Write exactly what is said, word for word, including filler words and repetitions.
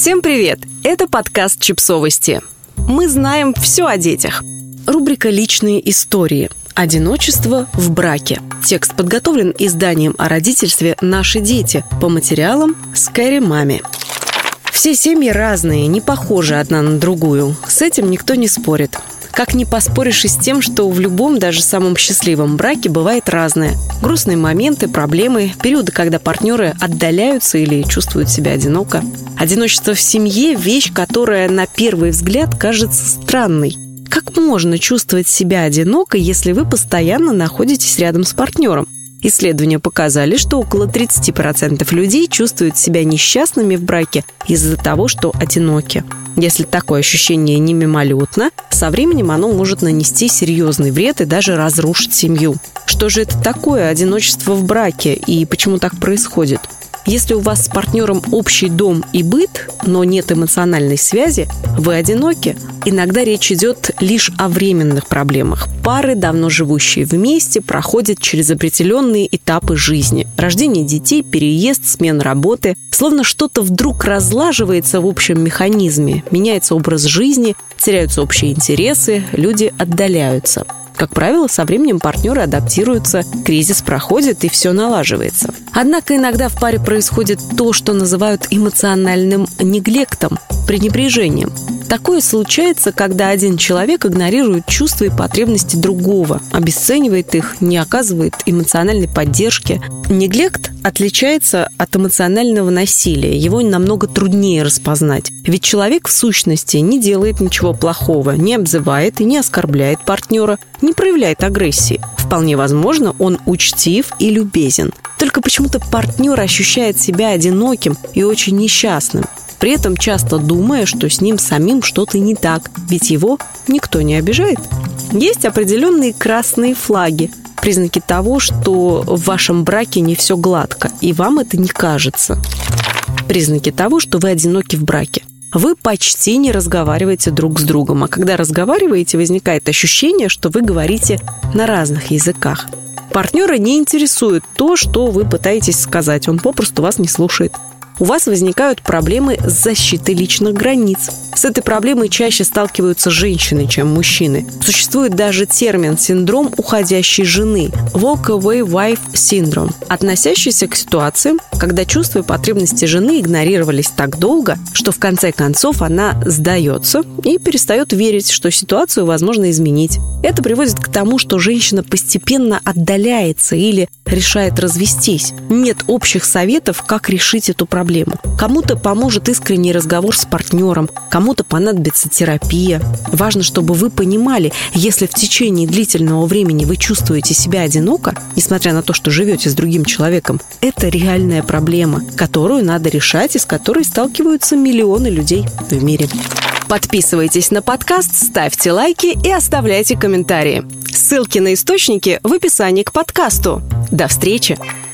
Всем привет! Это подкаст «Чипсовости». Мы знаем все о детях. Рубрика «Личные истории». Одиночество в браке. Текст подготовлен изданием о родительстве «Наши дети» по материалам Scary Mommy. Все семьи разные, не похожи одна на другую. С этим никто не спорит. Как не поспоришь и с тем, что в любом, даже самом счастливом браке бывает разное. Грустные моменты, проблемы, периоды, когда партнеры отдаляются или чувствуют себя одиноко. Одиночество в семье – вещь, которая на первый взгляд кажется странной. Как можно чувствовать себя одиноко, если вы постоянно находитесь рядом с партнером? Исследования показали, что около тридцать процентов людей чувствуют себя несчастными в браке из-за того, что одиноки. Если такое ощущение не мимолетно, со временем оно может нанести серьезный вред и даже разрушить семью. Что же это такое одиночество в браке и почему так происходит? Если у вас с партнером общий дом и быт, но нет эмоциональной связи, вы одиноки. Иногда речь идет лишь о временных проблемах. Пары, давно живущие вместе, проходят через определенные этапы жизни. Рождение детей, переезд, смена работы. Словно что-то вдруг разлаживается в общем механизме. Меняется образ жизни, теряются общие интересы, люди отдаляются. Как правило, со временем партнеры адаптируются, кризис проходит и все налаживается. Однако иногда в паре происходит то, что называют эмоциональным неглектом, пренебрежением. Такое случается, когда один человек игнорирует чувства и потребности другого, обесценивает их, не оказывает эмоциональной поддержки. Неглект отличается от эмоционального насилия, его намного труднее распознать. Ведь человек в сущности не делает ничего плохого, не обзывает и не оскорбляет партнера, не проявляет агрессии. Вполне возможно, он учтив и любезен. Только почему-то партнер ощущает себя одиноким и очень несчастным. При этом часто думая, что с ним самим что-то не так, ведь его никто не обижает. Есть определенные красные флаги, признаки того, что в вашем браке не все гладко, и вам это не кажется. Признаки того, что вы одиноки в браке. Вы почти не разговариваете друг с другом, а когда разговариваете, возникает ощущение, что вы говорите на разных языках. Партнера не интересует то, что вы пытаетесь сказать, он попросту вас не слушает. У вас возникают проблемы с защитой личных границ. С этой проблемой чаще сталкиваются женщины, чем мужчины. Существует даже термин «синдром уходящей жены» – «walk-away wife syndrome», относящийся к ситуациям, когда чувства и потребности жены игнорировались так долго, что в конце концов она сдается и перестает верить, что ситуацию возможно изменить. Это приводит к тому, что женщина постепенно отдаляется или решает развестись. Нет общих советов, как решить эту проблему. Кому-то поможет искренний разговор с партнером, кому-то понадобится терапия. Важно, чтобы вы понимали, если в течение длительного времени вы чувствуете себя одиноко, несмотря на то, что живете с другим человеком, это реальная проблема, которую надо решать и с которой сталкиваются миллионы людей в мире. Подписывайтесь на подкаст, ставьте лайки и оставляйте комментарии. Ссылки на источники в описании к подкасту. До встречи!